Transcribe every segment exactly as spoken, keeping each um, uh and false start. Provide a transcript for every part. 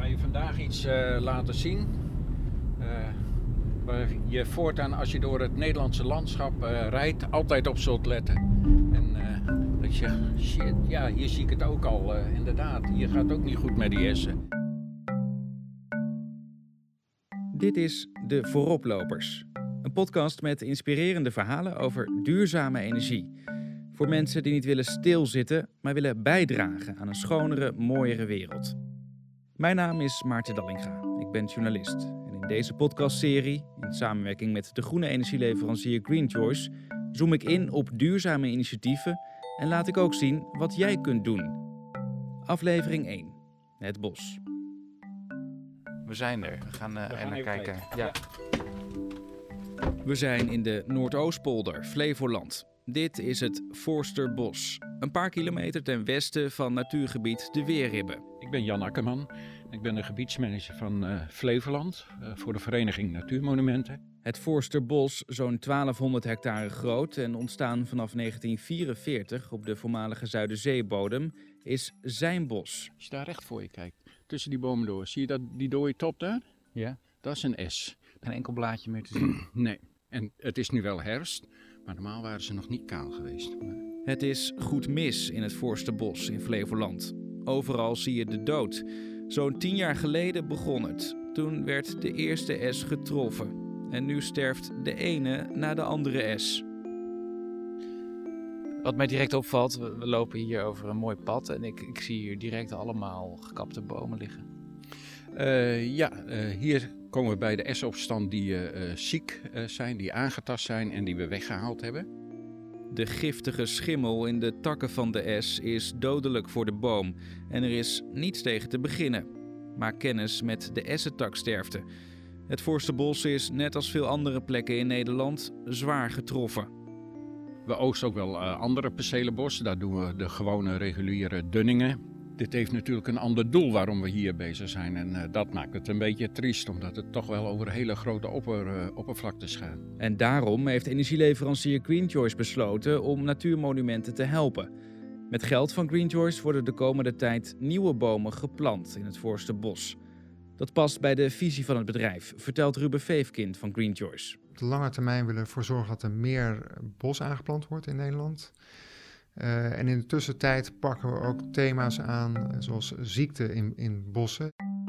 ga je vandaag iets uh, laten zien. Uh, waar je voortaan als je door het Nederlandse landschap uh, rijdt altijd op zult letten. En uh, dat je zegt, shit, ja, hier zie ik het ook al. Uh, inderdaad, hier gaat het ook niet goed met die essen. Dit is De Vooroplopers. Een podcast met inspirerende verhalen over duurzame energie. Voor mensen die niet willen stilzitten, maar willen bijdragen aan een schonere, mooiere wereld. Mijn naam is Maarten Dallinga. Ik ben journalist. En in deze podcastserie, in samenwerking met de groene energieleverancier Greenchoice, zoom ik in op duurzame initiatieven en laat ik ook zien wat jij kunt doen. Aflevering één. Het bos. We zijn er. We gaan, uh, We gaan even even kijken. kijken. Ja. We zijn in de Noordoostpolder, Flevoland. Dit is het Voorsterbos. Een paar kilometer ten westen van natuurgebied De Weerribben. Ik ben Jan Akkerman. Ik ben de gebiedsmanager van uh, Flevoland uh, voor de vereniging Natuurmonumenten. Het Voorsterbos, zo'n twaalfhonderd hectare groot en ontstaan vanaf negentien vierenveertig op de voormalige Zuiderzeebodem, is zijn bos. Als je daar recht voor je kijkt, tussen die bomen door, zie je dat, die dode top daar? Ja. Dat is een S. Geen enkel blaadje meer te zien. Nee, en het is nu wel herfst, maar normaal waren ze nog niet kaal geweest. Het is goed mis in het Voorsterbos in Flevoland. Overal zie je de dood. Zo'n tien jaar geleden begon het. Toen werd de eerste S getroffen. En nu sterft de ene na de andere S. Wat mij direct opvalt, we, we lopen hier over een mooi pad en ik, ik zie hier direct allemaal gekapte bomen liggen. Uh, ja, uh, hier komen we bij de S-opstand die uh, uh, ziek uh, zijn, die aangetast zijn en die we weggehaald hebben. De giftige schimmel in de takken van de S is dodelijk voor de boom en er is niets tegen te beginnen. Maak kennis met de essentaksterfte. Het Voorsterbos is, net als veel andere plekken in Nederland, zwaar getroffen. We oogsten ook wel uh, andere percelenbossen, daar doen we de gewone reguliere dunningen. Dit heeft natuurlijk een ander doel waarom we hier bezig zijn en uh, dat maakt het een beetje triest, omdat het toch wel over hele grote opper, uh, oppervlaktes gaat. En daarom heeft energieleverancier Greenchoice besloten om natuurmonumenten te helpen. Met geld van Greenchoice worden de komende tijd nieuwe bomen geplant in het Voorsterbos. Dat past bij de visie van het bedrijf, vertelt Ruben Veefkind van Greenchoice. Op de lange termijn willen we ervoor zorgen dat er meer bos aangeplant wordt in Nederland. Uh, en in de tussentijd pakken we ook thema's aan, zoals ziekte in, in bossen.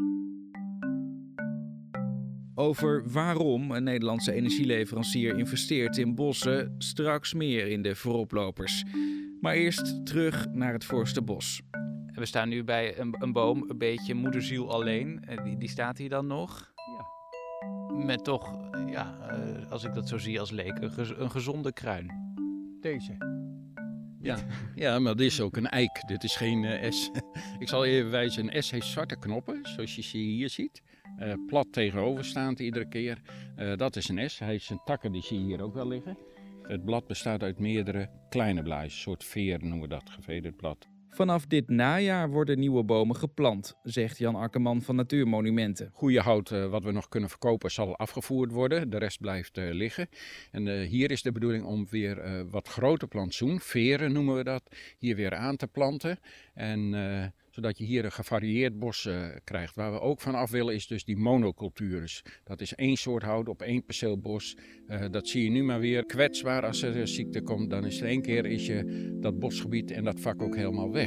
Over waarom een Nederlandse energieleverancier investeert in bossen, straks meer in de Vooroplopers. Maar eerst terug naar het Voorsterbos. We staan nu bij een, een boom, een beetje moederziel alleen. Die, die staat hier dan nog. Ja. Met toch, ja, uh, als ik dat zo zie als leek, een, gez- een gezonde kruin. Deze. Ja, ja, maar dit is ook een eik. Dit is geen uh, S. Ik zal even wijzen, een S heeft zwarte knoppen, zoals je ze hier ziet. Uh, plat tegenoverstaand iedere keer. Uh, dat is een S. Hij heeft zijn takken, die zie je hier ook wel liggen. Het blad bestaat uit meerdere kleine blaadjes, een soort veer noemen we dat, gevederd blad. Vanaf dit najaar worden nieuwe bomen geplant, zegt Jan Akkerman van Natuurmonumenten. Goede hout uh, wat we nog kunnen verkopen zal afgevoerd worden, de rest blijft uh, liggen. En uh, hier is de bedoeling om weer uh, wat groter plantsoen, veren noemen we dat, hier weer aan te planten. En uh, zodat je hier een gevarieerd bos uh, krijgt. Waar we ook van af willen is dus die monocultures. Dat is één soort hout op één perceel bos. Uh, dat zie je nu maar weer kwetsbaar als er ziekte komt. Dan is er één keer is je dat bosgebied en dat vak ook helemaal weg.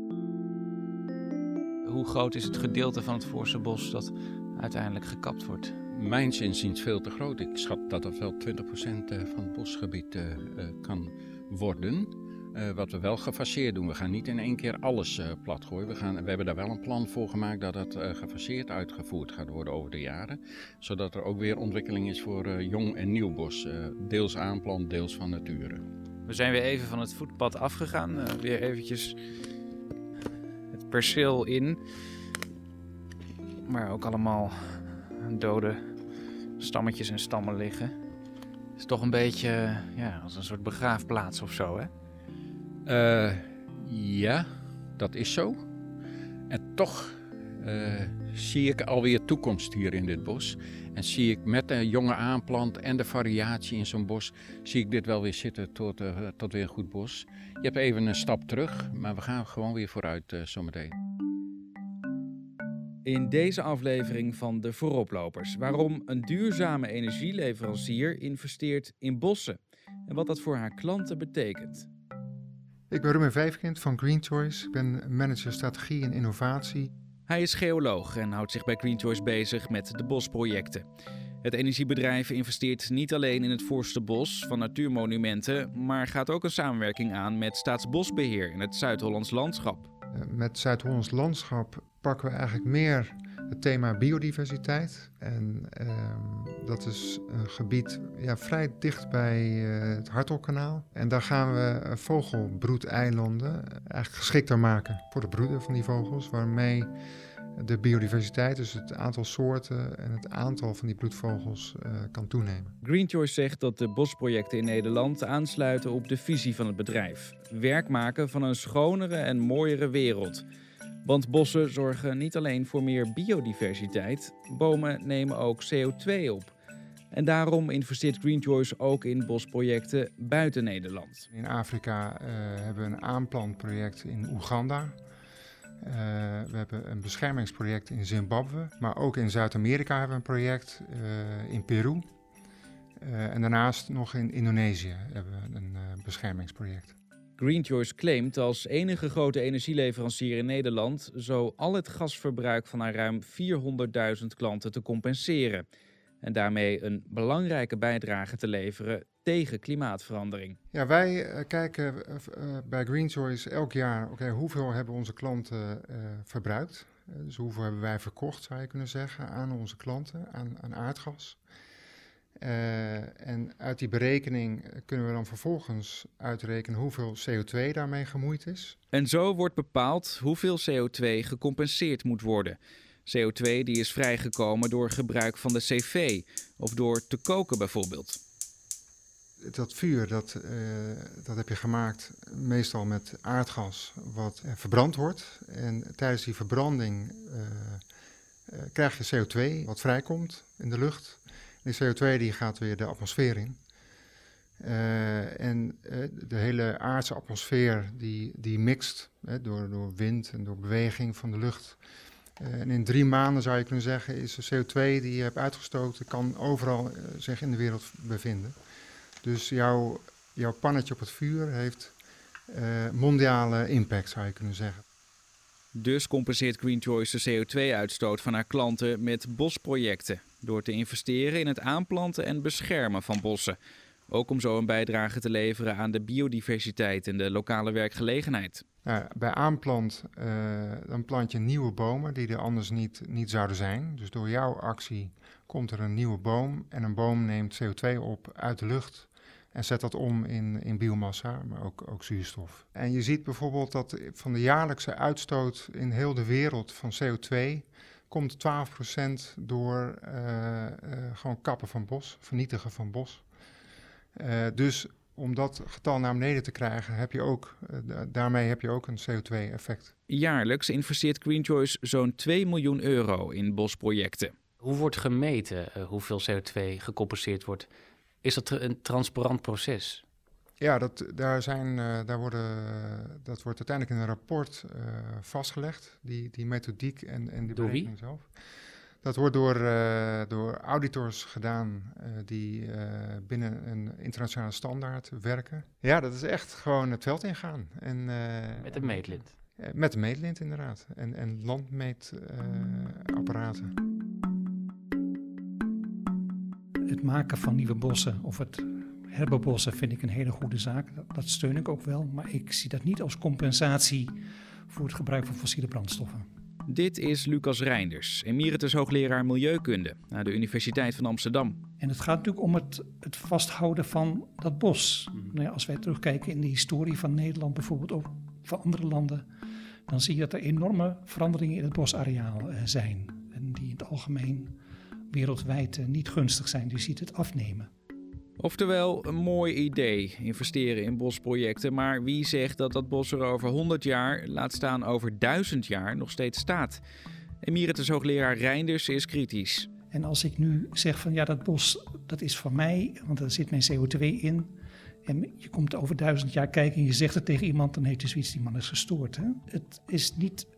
Hoe groot is het gedeelte van het Voorsterbos dat uiteindelijk gekapt wordt? Mijns inziens veel te groot. Ik schat dat dat wel twintig procent van het bosgebied uh, uh, kan worden. Uh, wat we wel gefaseerd doen. We gaan niet in één keer alles uh, platgooien. We, gaan, we hebben daar wel een plan voor gemaakt dat het uh, gefaseerd uitgevoerd gaat worden over de jaren. Zodat er ook weer ontwikkeling is voor uh, jong en nieuw bos. Uh, deels aanplant, deels van nature. We zijn weer even van het voetpad afgegaan. Uh, weer eventjes het perceel in. Waar ook allemaal dode stammetjes en stammen liggen. Het is toch een beetje uh, ja, als een soort begraafplaats of zo, hè? Uh, ja, dat is zo. En toch uh, zie ik alweer toekomst hier in dit bos. En zie ik met de jonge aanplant en de variatie in zo'n bos, zie ik dit wel weer zitten tot, uh, tot weer een goed bos. Je hebt even een stap terug, maar we gaan gewoon weer vooruit uh, zometeen. In deze aflevering van De Vooroplopers. Waarom een duurzame energieleverancier investeert in bossen. En wat dat voor haar klanten betekent. Ik ben Ruben Vijfkind van GreenChoice. Ik ben manager strategie en innovatie. Hij is geoloog en houdt zich bij GreenChoice bezig met de bosprojecten. Het energiebedrijf investeert niet alleen in het Forstebos van natuurmonumenten, maar gaat ook een samenwerking aan met Staatsbosbeheer in het Zuid-Hollands landschap. Met Zuid-Hollands landschap pakken we eigenlijk meer het thema biodiversiteit. En uh, dat is een gebied ja, vrij dicht bij uh, het Hartelkanaal. En daar gaan we vogelbroedeilanden eigenlijk geschikter maken voor het broeden van die vogels, waarmee de biodiversiteit, dus het aantal soorten en het aantal van die broedvogels uh, kan toenemen. GreenChoice zegt dat de bosprojecten in Nederland aansluiten op de visie van het bedrijf. Werk maken van een schonere en mooiere wereld. Want bossen zorgen niet alleen voor meer biodiversiteit, bomen nemen ook C O twee op. En daarom investeert GreenChoice ook in bosprojecten buiten Nederland. In Afrika uh, hebben we een aanplantproject in Oeganda. Uh, we hebben een beschermingsproject in Zimbabwe, maar ook in Zuid-Amerika hebben we een project, uh, in Peru. Uh, en daarnaast nog in Indonesië hebben we een uh, beschermingsproject. GreenChoice claimt als enige grote energieleverancier in Nederland zo al het gasverbruik van haar ruim vierhonderdduizend klanten te compenseren. En daarmee een belangrijke bijdrage te leveren tegen klimaatverandering. Ja, wij uh, kijken uh, uh, bij GreenChoice elk jaar, okay, hoeveel hebben onze klanten uh, verbruikt? Uh, dus hoeveel hebben wij verkocht, zou je kunnen zeggen, aan onze klanten, aan, aan aardgas. Uh, en uit die berekening kunnen we dan vervolgens uitrekenen hoeveel C O twee daarmee gemoeid is. En zo wordt bepaald hoeveel C O twee gecompenseerd moet worden. C O twee die is vrijgekomen door gebruik van de cv of door te koken bijvoorbeeld. Dat vuur, dat, uh, dat heb je gemaakt meestal met aardgas wat uh, verbrand wordt. En tijdens die verbranding uh, uh, krijg je C O twee wat vrijkomt in de lucht. Die C O twee die gaat weer de atmosfeer in. Uh, en uh, de hele aardse atmosfeer die, die mixt uh, door, door wind en door beweging van de lucht. Uh, en in drie maanden zou je kunnen zeggen is de C O twee die je hebt uitgestoten kan overal uh, zich in de wereld bevinden. Dus jouw, jouw pannetje op het vuur heeft uh, mondiale impact, zou je kunnen zeggen. Dus compenseert GreenChoice de C O twee uitstoot van haar klanten met bosprojecten. Door te investeren in het aanplanten en beschermen van bossen. Ook om zo een bijdrage te leveren aan de biodiversiteit en de lokale werkgelegenheid. Nou, bij aanplant uh, dan plant je nieuwe bomen die er anders niet, niet zouden zijn. Dus door jouw actie komt er een nieuwe boom en een boom neemt C O twee op uit de lucht en zet dat om in, in biomassa, maar ook, ook zuurstof. En je ziet bijvoorbeeld dat van de jaarlijkse uitstoot in heel de wereld van C O twee komt twaalf procent door uh, uh, gewoon kappen van bos, vernietigen van bos. Uh, dus om dat getal naar beneden te krijgen, heb je ook, uh, daarmee heb je ook een C O twee effect. Jaarlijks investeert GreenChoice zo'n twee miljoen euro in bosprojecten. Hoe wordt gemeten uh, hoeveel C O twee gecompenseerd wordt? Is dat een transparant proces? Ja, dat, daar zijn, uh, daar worden, dat wordt uiteindelijk in een rapport uh, vastgelegd, die, die methodiek en, en die door berekening wie? zelf. Dat wordt door, uh, door auditors gedaan uh, die uh, binnen een internationale standaard werken. Ja, dat is echt gewoon het veld ingaan. En, uh, met een meetlint? Uh, met een meetlint inderdaad. En, en landmeetapparaten. Uh, Het maken van nieuwe bossen of het herbebossen vind ik een hele goede zaak. Dat, dat steun ik ook wel, maar ik zie dat niet als compensatie voor het gebruik van fossiele brandstoffen. Dit is Lucas Reinders, emeritus hoogleraar Milieukunde aan de Universiteit van Amsterdam. En het gaat natuurlijk om het, het vasthouden van dat bos. Mm. Nou ja, als wij terugkijken in de historie van Nederland, bijvoorbeeld ook van andere landen, dan zie je dat er enorme veranderingen in het bosareaal uh, zijn. En die in het algemeen wereldwijd uh, niet gunstig zijn. Dus je ziet het afnemen. Oftewel, een mooi idee, investeren in bosprojecten. Maar wie zegt dat dat bos er over honderd jaar, laat staan over duizend jaar, nog steeds staat? Emeritus hoogleraar Reinders is kritisch. En als ik nu zeg van ja, dat bos, dat is van mij, want daar zit mijn C O twee in. En je komt over duizend jaar kijken en je zegt het tegen iemand, dan heeft hij zoiets, die man is gestoord. Hè? Het is niet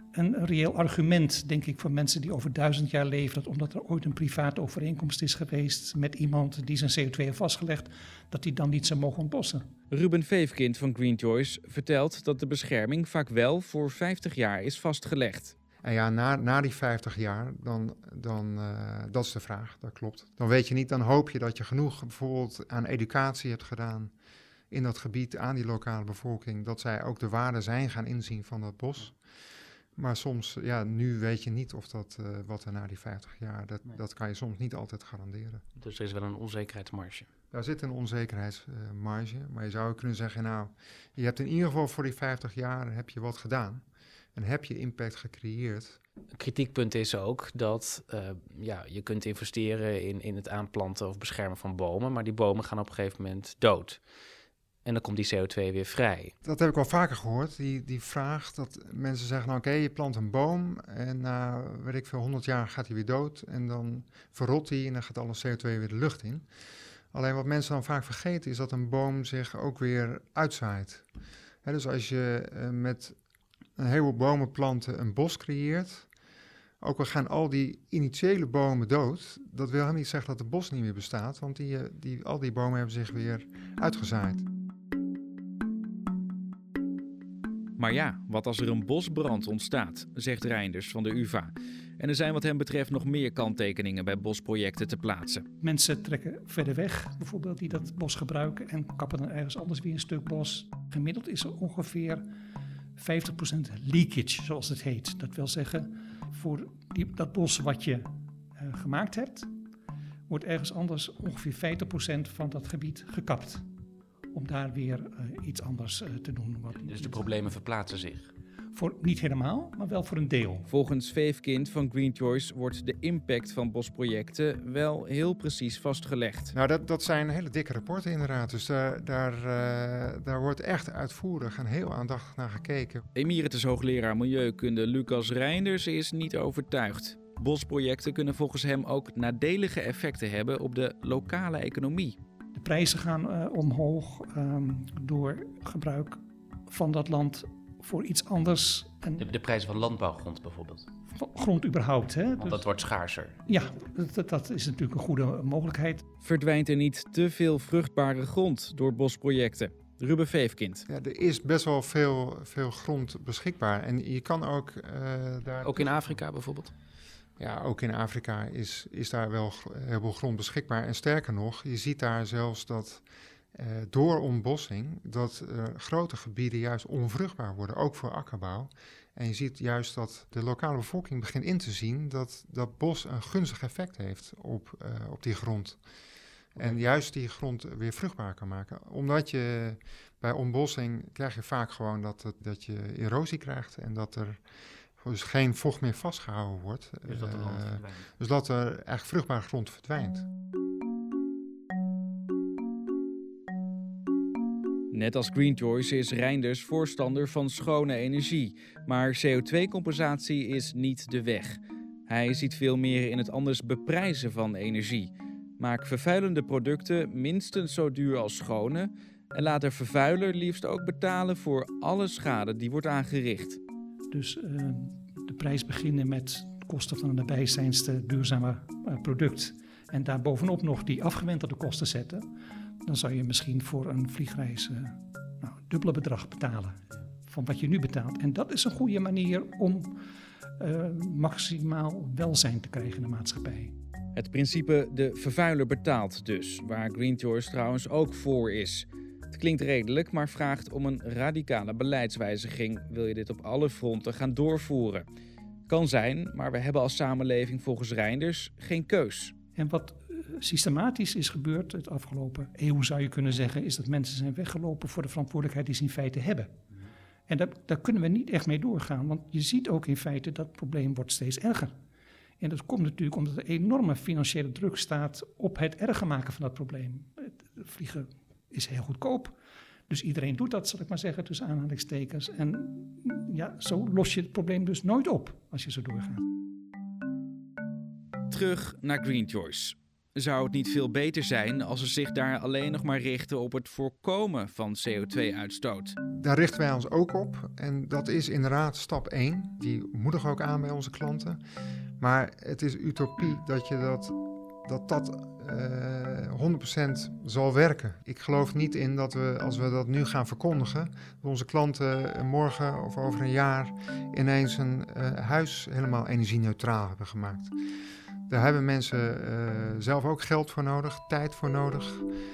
een reëel argument, denk ik, voor mensen die over duizend jaar leven, dat omdat er ooit een private overeenkomst is geweest met iemand die zijn C O twee heeft vastgelegd, dat die dan niet zou mogen ontbossen. Ruben Veefkind van Greenchoice vertelt dat de bescherming vaak wel voor vijftig jaar is vastgelegd. En ja, na, na die vijftig jaar, dan, dan uh, dat is de vraag, dat klopt. Dan weet je niet, dan hoop je dat je genoeg bijvoorbeeld aan educatie hebt gedaan in dat gebied, aan die lokale bevolking, dat zij ook de waarde zijn gaan inzien van dat bos. Maar soms, ja, nu weet je niet of dat, uh, wat er na die vijftig jaar, dat, nee. dat kan je soms niet altijd garanderen. Dus er is wel een onzekerheidsmarge. Daar zit een onzekerheidsmarge, uh, maar je zou kunnen zeggen, nou, je hebt in ieder geval voor die vijftig jaar heb je wat gedaan. En heb je impact gecreëerd. Een kritiekpunt is ook dat uh, ja, je kunt investeren in, in het aanplanten of beschermen van bomen, maar die bomen gaan op een gegeven moment dood. En dan komt die C O twee weer vrij. Dat heb ik al vaker gehoord, die, die vraag dat mensen zeggen, nou oké, okay, je plant een boom en na, uh, weet ik veel, honderd jaar gaat hij weer dood en dan verrot hij en dan gaat alle C O twee weer de lucht in. Alleen wat mensen dan vaak vergeten is dat een boom zich ook weer uitzaait. He, dus als je uh, met een heleboel bomen planten een bos creëert, ook al gaan al die initiële bomen dood, dat wil helemaal niet zeggen dat het bos niet meer bestaat, want die, die, al die bomen hebben zich weer uitgezaaid. Maar ja, wat als er een bosbrand ontstaat, zegt Reinders van de U vA. En er zijn wat hem betreft nog meer kanttekeningen bij bosprojecten te plaatsen. Mensen trekken verder weg, bijvoorbeeld, die dat bos gebruiken en kappen dan ergens anders weer een stuk bos. Gemiddeld is er ongeveer vijftig procent leakage, zoals het heet. Dat wil zeggen, voor die, dat bos wat je uh, gemaakt hebt, wordt ergens anders ongeveer vijftig procent van dat gebied gekapt. Om daar weer uh, iets anders uh, te doen. Wat dus de problemen verplaatsen zich? Voor, niet helemaal, maar wel voor een deel. Volgens Veefkind van Greenchoice wordt de impact van bosprojecten wel heel precies vastgelegd. Nou, dat, dat zijn hele dikke rapporten inderdaad. Dus daar, daar, uh, daar wordt echt uitvoerig en heel aandachtig naar gekeken. Emeritus hoogleraar Milieukunde Lucas Reinders is niet overtuigd. Bosprojecten kunnen volgens hem ook nadelige effecten hebben op de lokale economie. De prijzen gaan uh, omhoog um, door gebruik van dat land voor iets anders. En de, de prijzen van landbouwgrond bijvoorbeeld? Grond überhaupt. Hè? Want dus, dat wordt schaarser. Ja, dat, dat is natuurlijk een goede mogelijkheid. Verdwijnt er niet te veel vruchtbare grond door bosprojecten? Ruben Veefkind. Ja, er is best wel veel, veel grond beschikbaar. En je kan ook uh, daar... Ook in Afrika bijvoorbeeld? Ja, ook in Afrika is, is daar wel heel veel grond beschikbaar. En sterker nog, je ziet daar zelfs dat uh, door ontbossing, dat uh, grote gebieden juist onvruchtbaar worden, ook voor akkerbouw. En je ziet juist dat de lokale bevolking begint in te zien dat dat bos een gunstig effect heeft op, uh, op die grond. En juist die grond weer vruchtbaar kan maken. Omdat je bij ontbossing krijg je vaak gewoon dat, het, dat je erosie krijgt en dat er dus geen vocht meer vastgehouden wordt. Dus dat, uh, dus dat er echt vruchtbare grond verdwijnt. Net als Greenchoice is Reinders voorstander van schone energie. Maar C O twee compensatie is niet de weg. Hij ziet veel meer in het anders beprijzen van energie. Maak vervuilende producten minstens zo duur als schone en laat de vervuiler liefst ook betalen voor alle schade die wordt aangericht. Dus uh, de prijs beginnen met kosten van een nabijzijnde duurzame uh, product en daarbovenop nog die afgewentelde kosten zetten, dan zou je misschien voor een vliegreis uh, nou, dubbele bedrag betalen van wat je nu betaalt. En dat is een goede manier om uh, maximaal welzijn te krijgen in de maatschappij. Het principe de vervuiler betaalt dus, waar Greenchoice trouwens ook voor is. Het klinkt redelijk, maar vraagt om een radicale beleidswijziging. Wil je dit op alle fronten gaan doorvoeren? Kan zijn, maar we hebben als samenleving volgens Reinders geen keus. En wat systematisch is gebeurd het afgelopen eeuw, zou je kunnen zeggen, is dat mensen zijn weggelopen voor de verantwoordelijkheid die ze in feite hebben. En daar, daar kunnen we niet echt mee doorgaan, want je ziet ook in feite dat het probleem wordt steeds erger. En dat komt natuurlijk omdat er enorme financiële druk staat op het erger maken van dat probleem. Het vliegen is heel goedkoop, dus iedereen doet dat, zal ik maar zeggen, tussen aanhalingstekens. En ja, zo los je het probleem dus nooit op als je zo doorgaat. Terug naar Greenchoice. Zou het niet veel beter zijn als ze zich daar alleen nog maar richten op het voorkomen van C O twee uitstoot? Daar richten wij ons ook op. En dat is inderdaad stap één. Die moedigen we ook aan bij onze klanten. Maar het is utopie dat je dat, dat, dat uh, honderd procent zal werken. Ik geloof niet in dat we, als we dat nu gaan verkondigen, dat onze klanten morgen of over een jaar ineens een uh, huis helemaal energie-neutraal hebben gemaakt. Daar hebben mensen uh, zelf ook geld voor nodig, tijd voor nodig.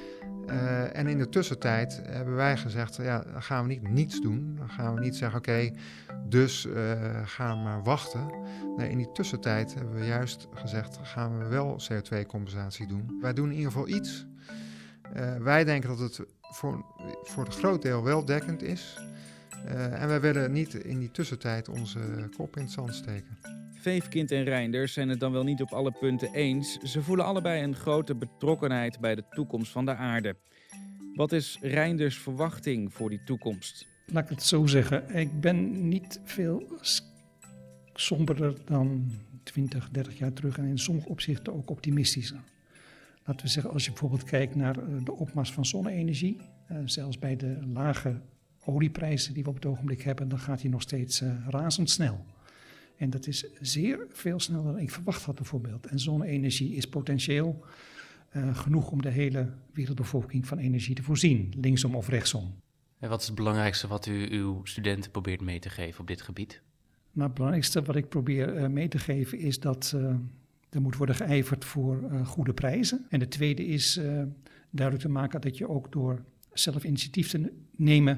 Uh, en in de tussentijd hebben wij gezegd, ja, dan gaan we niet niets doen. Dan gaan we niet zeggen, oké, okay, dus uh, gaan we maar wachten. Nee, in die tussentijd hebben we juist gezegd, gaan we wel C O twee compensatie doen. Wij doen in ieder geval iets. Uh, wij denken dat het voor, voor een groot deel wel dekkend is. Uh, en wij willen niet in die tussentijd onze kop in het zand steken. Veefkind en Reinders zijn het dan wel niet op alle punten eens. Ze voelen allebei een grote betrokkenheid bij de toekomst van de aarde. Wat is Reinders' verwachting voor die toekomst? Laat ik het zo zeggen. Ik ben niet veel somberder dan twintig, dertig jaar terug. En in sommige opzichten ook optimistischer. Laten we zeggen, als je bijvoorbeeld kijkt naar de opmars van zonne-energie. Uh, zelfs bij de lage olieprijzen die we op het ogenblik hebben, dan gaat die nog steeds uh, razendsnel. En dat is zeer veel sneller dan ik verwacht had bijvoorbeeld. En zonne-energie is potentieel uh, genoeg om de hele wereldbevolking van energie te voorzien, linksom of rechtsom. En wat is het belangrijkste wat u uw studenten probeert mee te geven op dit gebied? Nou, het belangrijkste wat ik probeer uh, mee te geven is dat uh, er moet worden geijverd voor uh, goede prijzen. En de tweede is uh, duidelijk te maken dat je ook door zelf initiatief te nemen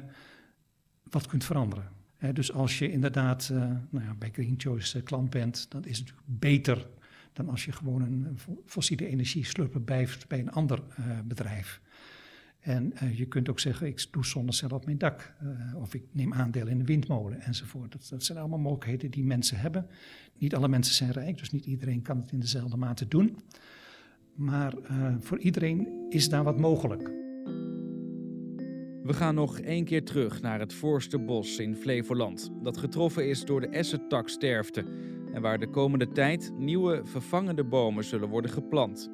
wat kunt veranderen. He, dus als je inderdaad uh, nou ja, bij Green Choice uh, klant bent, dan is het natuurlijk beter dan als je gewoon een fossiele energie slurper blijft bij een ander uh, bedrijf. En uh, je kunt ook zeggen, ik doe zonnecel op mijn dak. Uh, of ik neem aandeel in een windmolen enzovoort. Dat, dat zijn allemaal mogelijkheden die mensen hebben. Niet alle mensen zijn rijk, dus niet iedereen kan het in dezelfde mate doen. Maar uh, voor iedereen is daar wat mogelijk. We gaan nog één keer terug naar het Voorsterbos in Flevoland, dat getroffen is door de essentaksterfte en waar de komende tijd nieuwe vervangende bomen zullen worden geplant.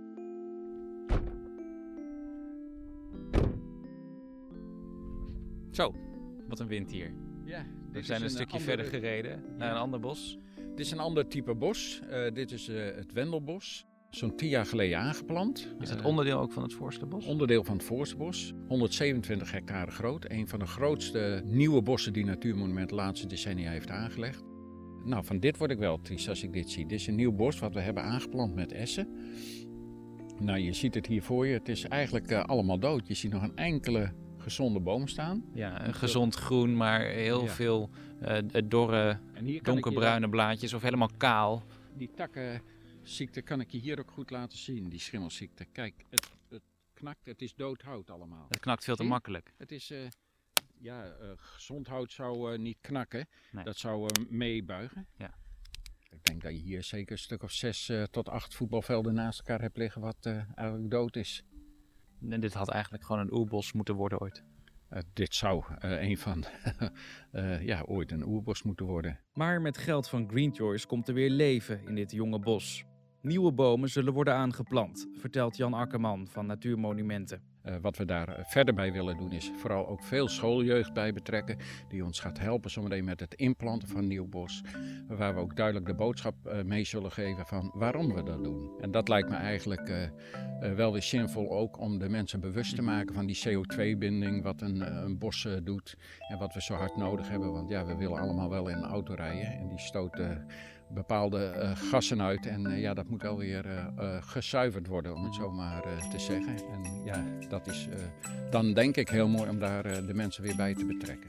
Zo, wat een wind hier. Ja, we zijn een, een stukje andere... verder gereden naar ja. een ander bos. Dit is een ander type bos. Uh, dit is uh, het Wendelbos. Zo'n tien jaar geleden aangeplant. Is het onderdeel ook van het Voorsterbos? Onderdeel van het Voorsterbos. honderdzevenentwintig hectare groot. Een van de grootste nieuwe bossen die Natuurmonument de laatste decennia heeft aangelegd. Nou, van dit word ik wel triest als ik dit zie. Dit is een nieuw bos wat we hebben aangeplant met essen. Nou, je ziet het hier voor je. Het is eigenlijk uh, allemaal dood. Je ziet nog een enkele gezonde boom staan. Ja, een gezond groen, maar heel ja. veel uh, dorre, donkerbruine blaadjes of helemaal kaal. Die takken... Ziekte kan ik je hier ook goed laten zien, die schimmelziekte. Kijk, het, het knakt, het is dood hout allemaal. Het knakt veel te Zie? makkelijk. Het is, uh, ja, uh, gezond hout zou uh, niet knakken, nee. Dat zou uh, meebuigen. Ja. Ik denk dat je hier zeker een stuk of zes uh, tot acht voetbalvelden naast elkaar hebt liggen wat uh, eigenlijk dood is. En dit had eigenlijk gewoon een oerbos moeten worden ooit. Uh, dit zou uh, een van, uh, ja, ooit een oerbos moeten worden. Maar met geld van Green Choice komt er weer leven in dit jonge bos. Nieuwe bomen zullen worden aangeplant, vertelt Jan Akkerman van Natuurmonumenten. Uh, wat we daar verder bij willen doen is vooral ook veel schooljeugd bij betrekken. Die ons gaat helpen zometeen met het inplanten van nieuw bos. Waar we ook duidelijk de boodschap uh, mee zullen geven van waarom we dat doen. En dat lijkt me eigenlijk uh, uh, wel weer zinvol ook om de mensen bewust te maken van die C O twee binding. Wat een, een bos uh, doet en wat we zo hard nodig hebben. Want ja, we willen allemaal wel in een auto rijden en die stoten bepaalde uh, gassen uit. En uh, ja, dat moet wel weer uh, uh, gezuiverd worden, om het zo maar uh, te zeggen. En ja, dat is uh, dan denk ik heel mooi om daar uh, de mensen weer bij te betrekken.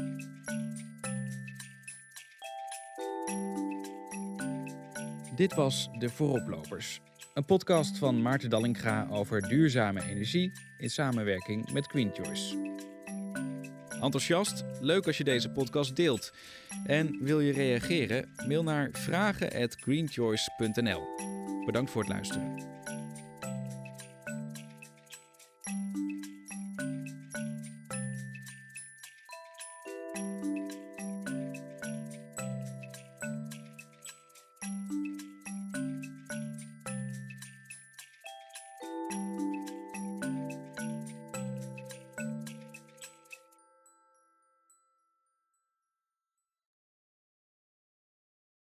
Dit was De Vooroplopers. Een podcast van Maarten Dallinga over duurzame energie in samenwerking met Green Choice. Enthousiast? Leuk als je deze podcast deelt. En wil je reageren? Mail naar vragen at greenchoice punt n l. Bedankt voor het luisteren.